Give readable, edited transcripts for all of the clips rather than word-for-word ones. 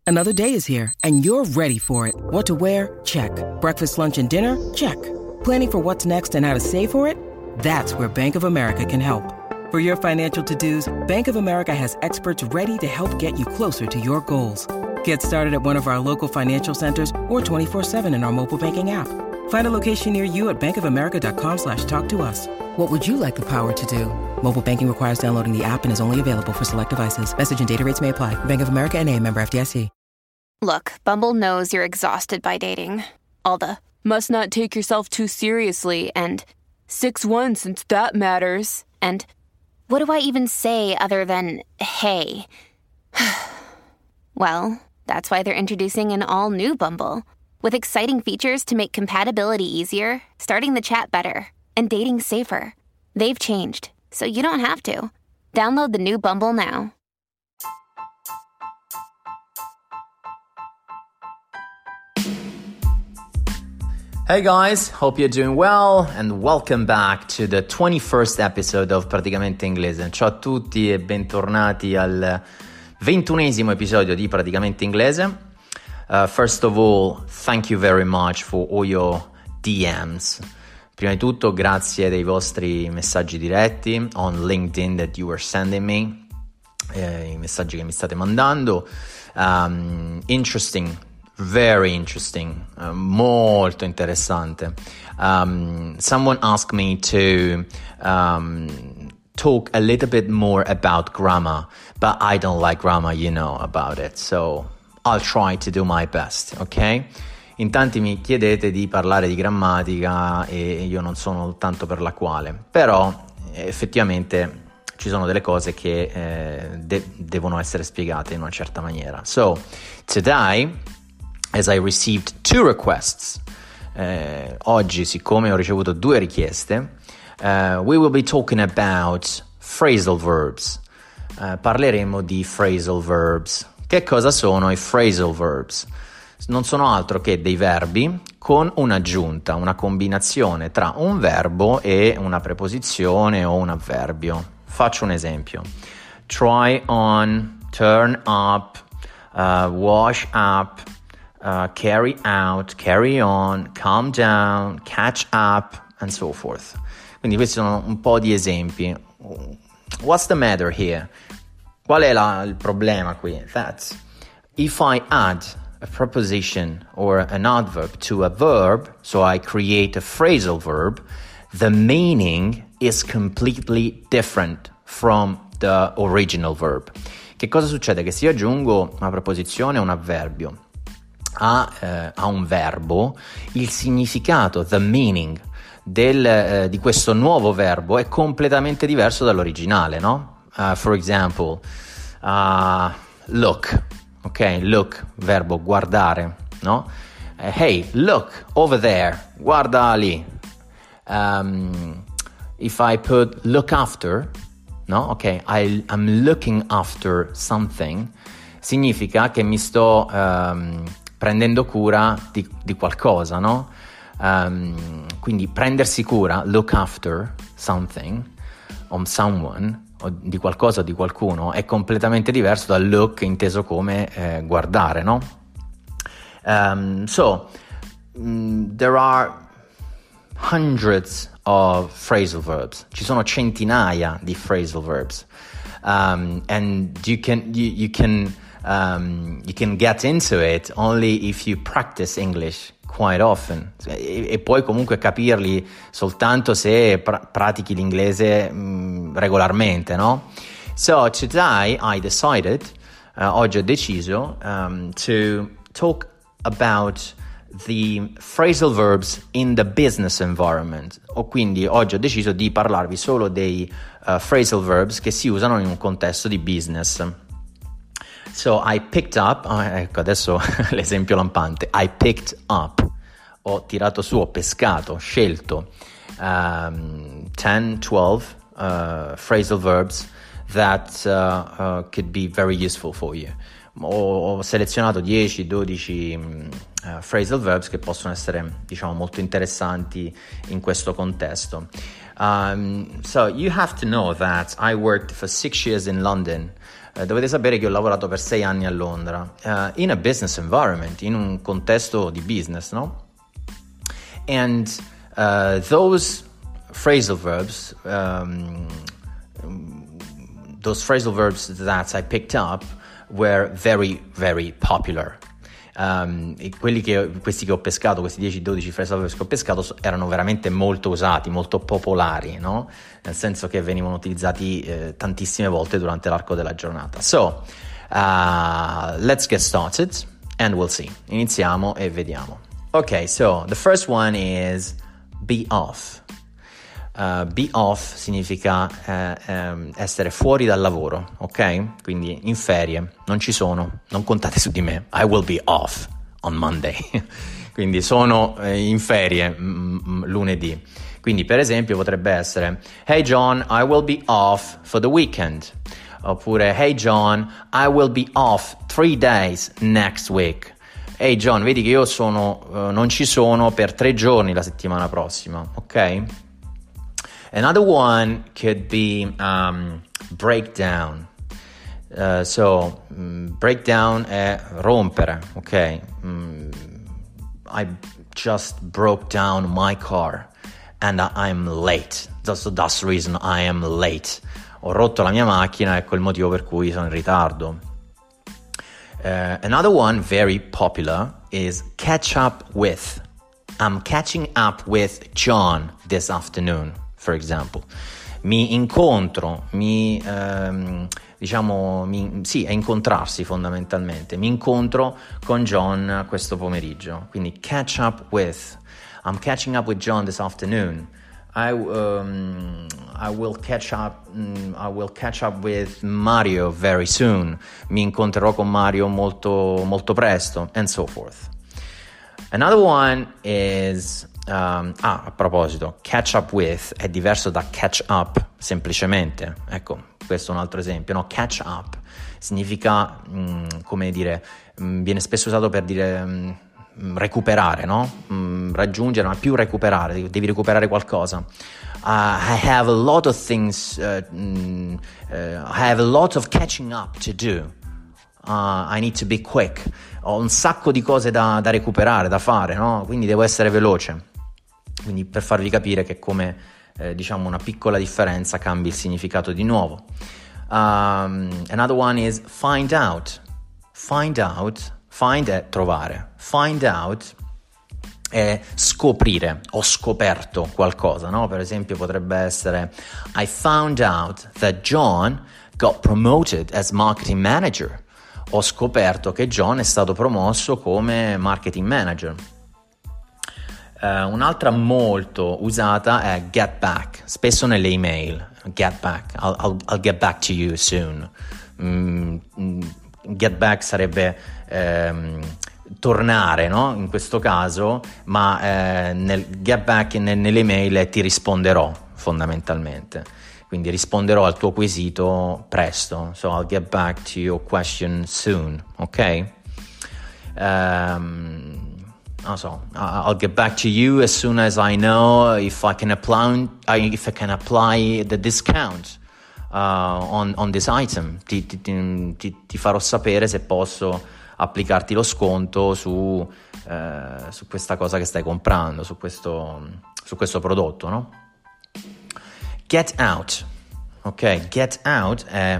Another day is here, and you're ready for it. What to wear? Check. Breakfast, lunch, and dinner? Check. Planning for what's next and how to save for it? That's where Bank of America can help. For your financial to-dos, Bank of America has experts ready to help get you closer to your goals. Get started at one of our local financial centers or 24/7 in our mobile banking app. Find a location near you at bankofamerica.com/talktous. What would you like the power to do? Mobile banking requires downloading the app and is only available for select devices. Message and data rates may apply. Bank of America N.A., member FDIC. Look, Bumble knows you're exhausted by dating. All the must not take yourself too seriously and 6'1" since that matters. And what do I even say other than hey? Well, that's why they're introducing an all-new Bumble with exciting features to make compatibility easier, starting the chat better, and dating safer. They've changed, so you don't have to. Download the new Bumble now. Hey guys, hope you're doing well and welcome back to the 21st episode of Praticamente Inglese. Ciao a tutti e bentornati al 21esimo episodio di Praticamente Inglese. First of all, thank you very much for all your DMs. Prima di tutto, grazie dei vostri messaggi diretti on LinkedIn that you were sending me, i messaggi che mi state mandando. Interesting. Very interesting, molto interessante. Someone asked me to talk a little bit more about grammar, but I don't like grammar, you know about it, so I'll try to do my best, ok? In tanti mi chiedete di parlare di grammatica e io non sono tanto per la quale, però effettivamente ci sono delle cose che devono essere spiegate in una certa maniera. So, today, as I received 2 requests, oggi siccome ho ricevuto 2 richieste, we will be talking about phrasal verbs. Parleremo di phrasal verbs. Che cosa sono i phrasal verbs? Non sono altro che dei verbi con un'aggiunta, una combinazione tra un verbo e una preposizione o un avverbio. Faccio un esempio. Try on, turn up, wash up, carry out, carry on, calm down, catch up, and so forth. Quindi questi sono un po' di esempi. What's the matter here? Qual è il problema qui? That if I add a preposition or an adverb to a verb, so I create a phrasal verb, the meaning is completely different from the original verb. Che cosa succede? Che se io aggiungo una preposizione o un avverbio a un verbo, il significato, the meaning di questo nuovo verbo è completamente diverso dall'originale, no? For example, look, ok? Look, verbo guardare, no? Hey, look, over there, guarda lì. If I put look after, no? Ok, I'm looking after something, significa che mi sto prendendo cura di qualcosa, no? Quindi prendersi cura, look after something, on someone, o di qualcosa o di qualcuno, è completamente diverso dal look inteso come guardare, no? There are hundreds of phrasal verbs. Ci sono centinaia di phrasal verbs. And you can get into it only if you practice English quite often, e puoi comunque capirli soltanto se pratichi l'inglese regolarmente, no? So today I decided, oggi ho deciso to talk about the phrasal verbs in the business environment, o quindi oggi ho deciso di parlarvi solo dei phrasal verbs che si usano in un contesto di business. So I picked up, ecco adesso l'esempio lampante, I picked up, ho tirato su, ho pescato, ho scelto 10-12 phrasal verbs that could be very useful for you. ho selezionato 10-12 phrasal verbs che possono essere, diciamo, molto interessanti in questo contesto. So you have to know that I worked for 6 years in London. Dovete sapere che ho lavorato per 6 anni a Londra, in a business environment, in un contesto di business, no? And those phrasal verbs that I picked up were very, very popular. Questi che ho pescato, questi 10-12 phrasal verbs che ho pescato, erano veramente molto usati, molto popolari, no? Nel senso che venivano utilizzati tantissime volte durante l'arco della giornata. So, let's get started and we'll see. Iniziamo e vediamo. Ok, so the first one is be off. Be off significa essere fuori dal lavoro, ok? Quindi in ferie, non ci sono, non contate su di me. I will be off on Monday. Quindi sono in ferie lunedì. Quindi per esempio potrebbe essere Hey John, I will be off for the weekend. Oppure Hey John, I will be off 3 days next week. Hey John, vedi che io non ci sono per 3 giorni la settimana prossima, ok? Another one could be breakdown. Breakdown è rompere, ok? I just broke down my car and I'm late. That's the reason I am late. Ho rotto la mia macchina, ecco il motivo per cui sono in ritardo. Another one very popular is catch up with. I'm catching up with John this afternoon. For example, mi incontro, è incontrarsi fondamentalmente. Mi incontro con John questo pomeriggio. Quindi catch up with. I'm catching up with John this afternoon. I will catch up with Mario very soon. Mi incontrerò con Mario molto molto presto, and so forth. Another one is a proposito, catch up with è diverso da catch up semplicemente. Ecco, questo è un altro esempio, no? Catch up significa, come dire, viene spesso usato per dire recuperare, no? Raggiungere, ma più recuperare, devi recuperare qualcosa. I have a lot of things, I have a lot of catching up to do. I need to be quick. Ho un sacco di cose da recuperare, da fare, no? Quindi devo essere veloce. Quindi per farvi capire che come diciamo una piccola differenza cambia il significato di nuovo. Another one is find out. Find out, find è trovare. Find out è scoprire. Ho scoperto qualcosa, no? Per esempio potrebbe essere I found out that John got promoted as marketing manager. Ho scoperto che John è stato promosso come marketing manager. Un'altra molto usata è get back, spesso nelle email. Get back, I'll get back to you soon. Get back sarebbe tornare, no? In questo caso, ma nel get back nelle email ti risponderò fondamentalmente. Quindi risponderò al tuo quesito presto. So I'll get back to your question soon, ok? I'll get back to you as soon as I know if I can apply the discount on this item. Ti farò sapere se posso applicarti lo sconto su questa cosa che stai comprando, su questo prodotto, no? Get out, ok? Get out è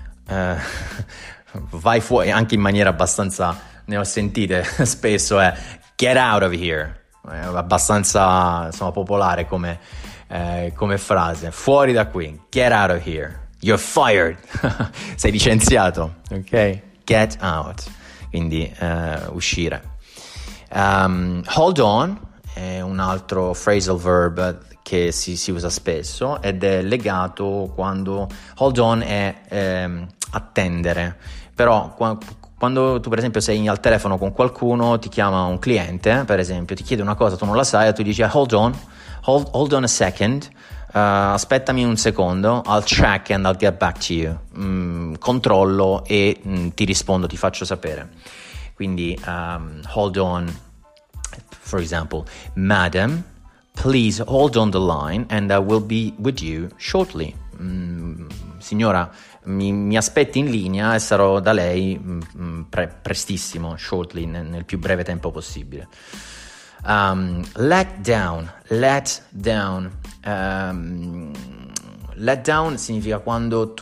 vai fuori, anche in maniera abbastanza, ne ho sentite spesso, è get out of here, è abbastanza insomma popolare come frase. Fuori da qui, get out of here, you're fired. Sei licenziato, ok? Get out, quindi uscire. Hold on è un altro phrasal verb che si usa spesso ed è legato quando hold on è attendere, però quando tu per esempio sei al telefono con qualcuno, ti chiama un cliente, per esempio, ti chiede una cosa, tu non la sai, e tu dici hold on a second, aspettami un secondo, I'll check and I'll get back to you. Controllo e ti rispondo, ti faccio sapere. Quindi hold on, for example, madam, please hold on the line and I will be with you shortly. Signora, mi aspetti in linea e sarò da lei prestissimo, shortly, nel più breve tempo possibile. Let down. Let down significa quando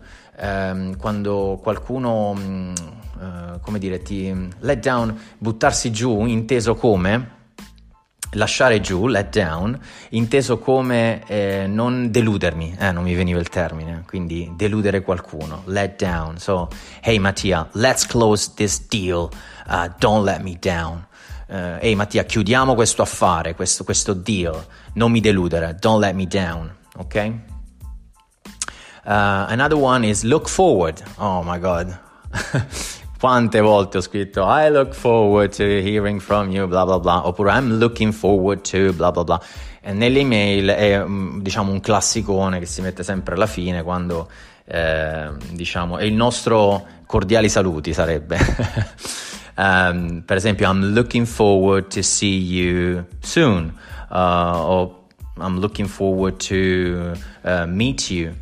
qualcuno, come dire, let down, buttarsi giù, inteso come lasciare giù, let down, inteso come non deludermi, non mi veniva il termine, quindi deludere qualcuno, let down. So, hey Mattia, let's close this deal, don't let me down. Hey Mattia, chiudiamo questo affare, questo deal, non mi deludere, don't let me down, ok? Another one is look forward. Oh my God. Quante volte ho scritto I look forward to hearing from you, bla bla bla, oppure I'm looking forward to bla bla bla. E nelle email è diciamo un classicone che si mette sempre alla fine quando diciamo è il nostro cordiali saluti sarebbe. Per esempio I'm looking forward to see you soon, o I'm looking forward to meet you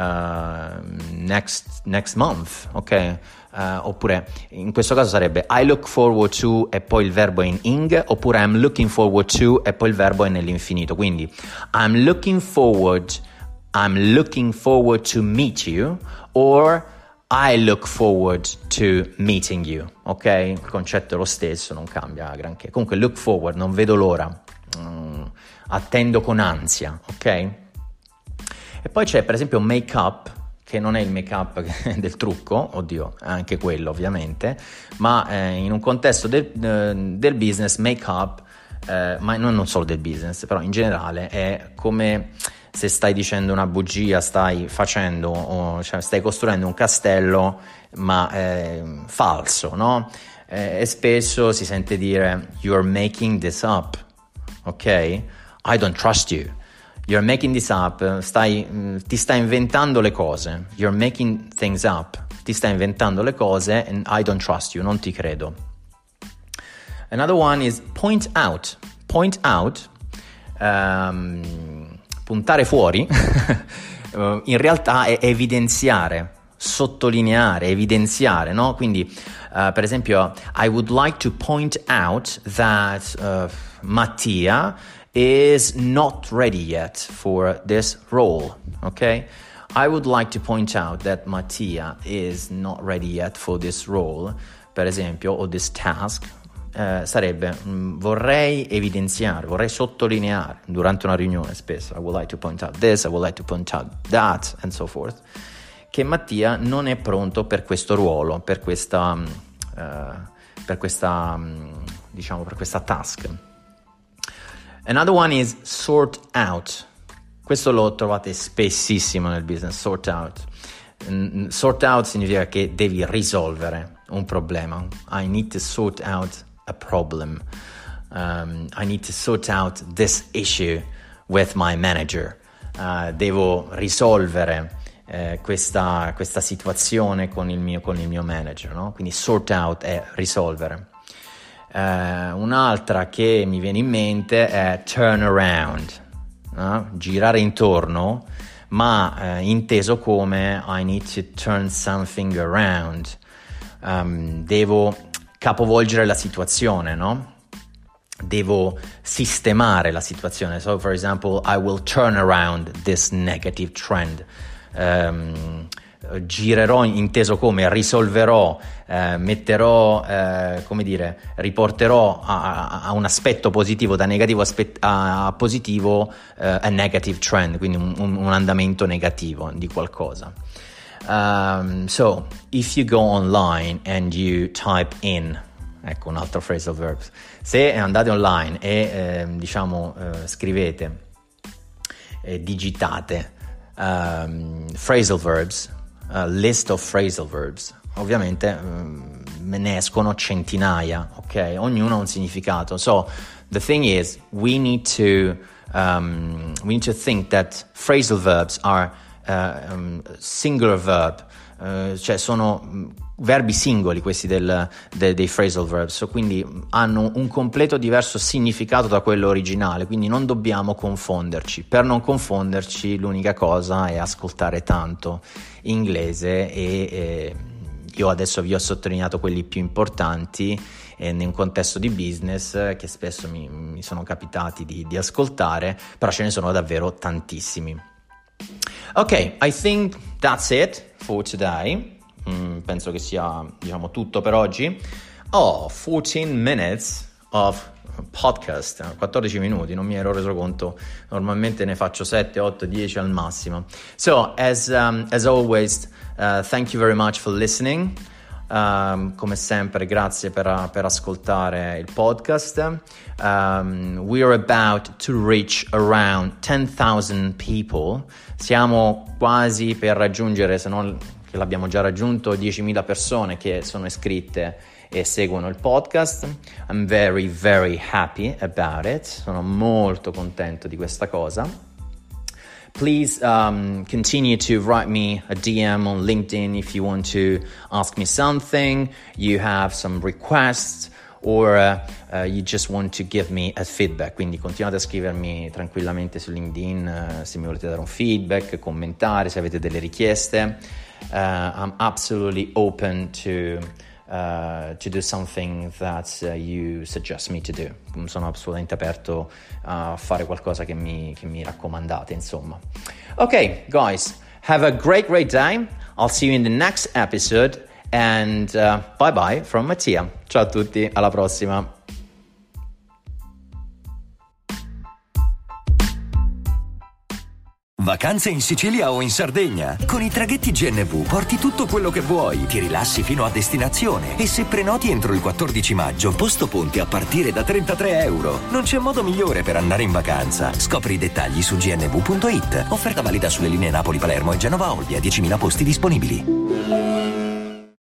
next month, ok? Oppure in questo caso sarebbe I look forward to e poi il verbo è in ing, oppure I'm looking forward to e poi il verbo è nell'infinito. Quindi I'm looking forward to meet you, or I look forward to meeting you, ok? Il concetto è lo stesso, non cambia granché. Comunque look forward, non vedo l'ora, attendo con ansia, ok? E poi c'è per esempio make up, che non è il make up del trucco, oddio, anche quello ovviamente, ma in un contesto del business make up, ma non solo del business, però in generale è come se stai dicendo una bugia, stai costruendo un castello ma falso, no? E spesso si sente dire you're making this up, ok? I don't trust you. You're making this up, ti stai inventando le cose. You're making things up, ti stai inventando le cose, and I don't trust you, non ti credo. Another one is point out. Point out, puntare fuori, in realtà è evidenziare, sottolineare, evidenziare, no? Quindi, per esempio, I would like to point out that Mattia is not ready yet for this role, okay? I would like to point out that Mattia is not ready yet for this role, per esempio, o this task, sarebbe vorrei evidenziare, vorrei sottolineare durante una riunione spesso, I would like to point out this, I would like to point out that, and so forth, che Mattia non è pronto per questo ruolo, per questa task. Another one is sort out. Questo lo trovate spessissimo nel business, sort out. Sort out significa che devi risolvere un problema. I need to sort out a problem. I need to sort out this issue with my manager. Devo risolvere questa situazione con il mio manager, no? Quindi sort out è risolvere. Un'altra che mi viene in mente è turn around, no? Girare intorno, ma inteso come I need to turn something around. Devo capovolgere la situazione, no? Devo sistemare la situazione. So for example, I will turn around this negative trend. Girerò, inteso come risolverò, metterò, come dire, riporterò a un aspetto positivo, da negativo a positivo, a negative trend, quindi un andamento negativo di qualcosa. So if you go online and you type in, ecco un altro phrasal verb, se andate online e scrivete, digitate phrasal verbs, list of phrasal verbs, ovviamente ne escono centinaia, ok? Ognuno ha un significato. So the thing is, we need to think that phrasal verbs are singular verb, cioè sono verbi singoli questi dei phrasal verbs, quindi hanno un completo diverso significato da quello originale, quindi non dobbiamo confonderci. Per non confonderci l'unica cosa è ascoltare tanto inglese e io adesso vi ho sottolineato quelli più importanti in un contesto di business che spesso mi sono capitati di ascoltare, però ce ne sono davvero tantissimi. Ok, I think that's it for today. Penso che sia, diciamo, tutto per oggi. 14 minutes of podcast, 14 minuti, non mi ero reso conto, normalmente ne faccio 7, 8, 10 al massimo. So, as always, thank you very much for listening. Come sempre, grazie per ascoltare il podcast. We are about to reach around 10,000 people. Siamo quasi per raggiungere, se non che l'abbiamo già raggiunto, 10.000 persone che sono iscritte e seguono il podcast. I'm very, very happy about it. Sono molto contento di questa cosa. Please continue to write me a DM on LinkedIn if you want to ask me something, you have some requests, or you just want to give me a feedback. Quindi continuate a scrivermi tranquillamente su LinkedIn se mi volete dare un feedback, commentare, se avete delle richieste. I'm absolutely open to do something that you suggest me to do. Sono assolutamente aperto a fare qualcosa che mi raccomandate, insomma. Ok, guys, have a great day. I'll see you in the next episode and bye bye from Mattia. Ciao a tutti, alla prossima. Vacanze in Sicilia o in Sardegna? Con i traghetti GNV porti tutto quello che vuoi, ti rilassi fino a destinazione e se prenoti entro il 14 maggio, posto ponti a partire da €33. Non c'è modo migliore per andare in vacanza. Scopri i dettagli su gnv.it. Offerta valida sulle linee Napoli-Palermo e Genova-Olbia, 10.000 posti disponibili.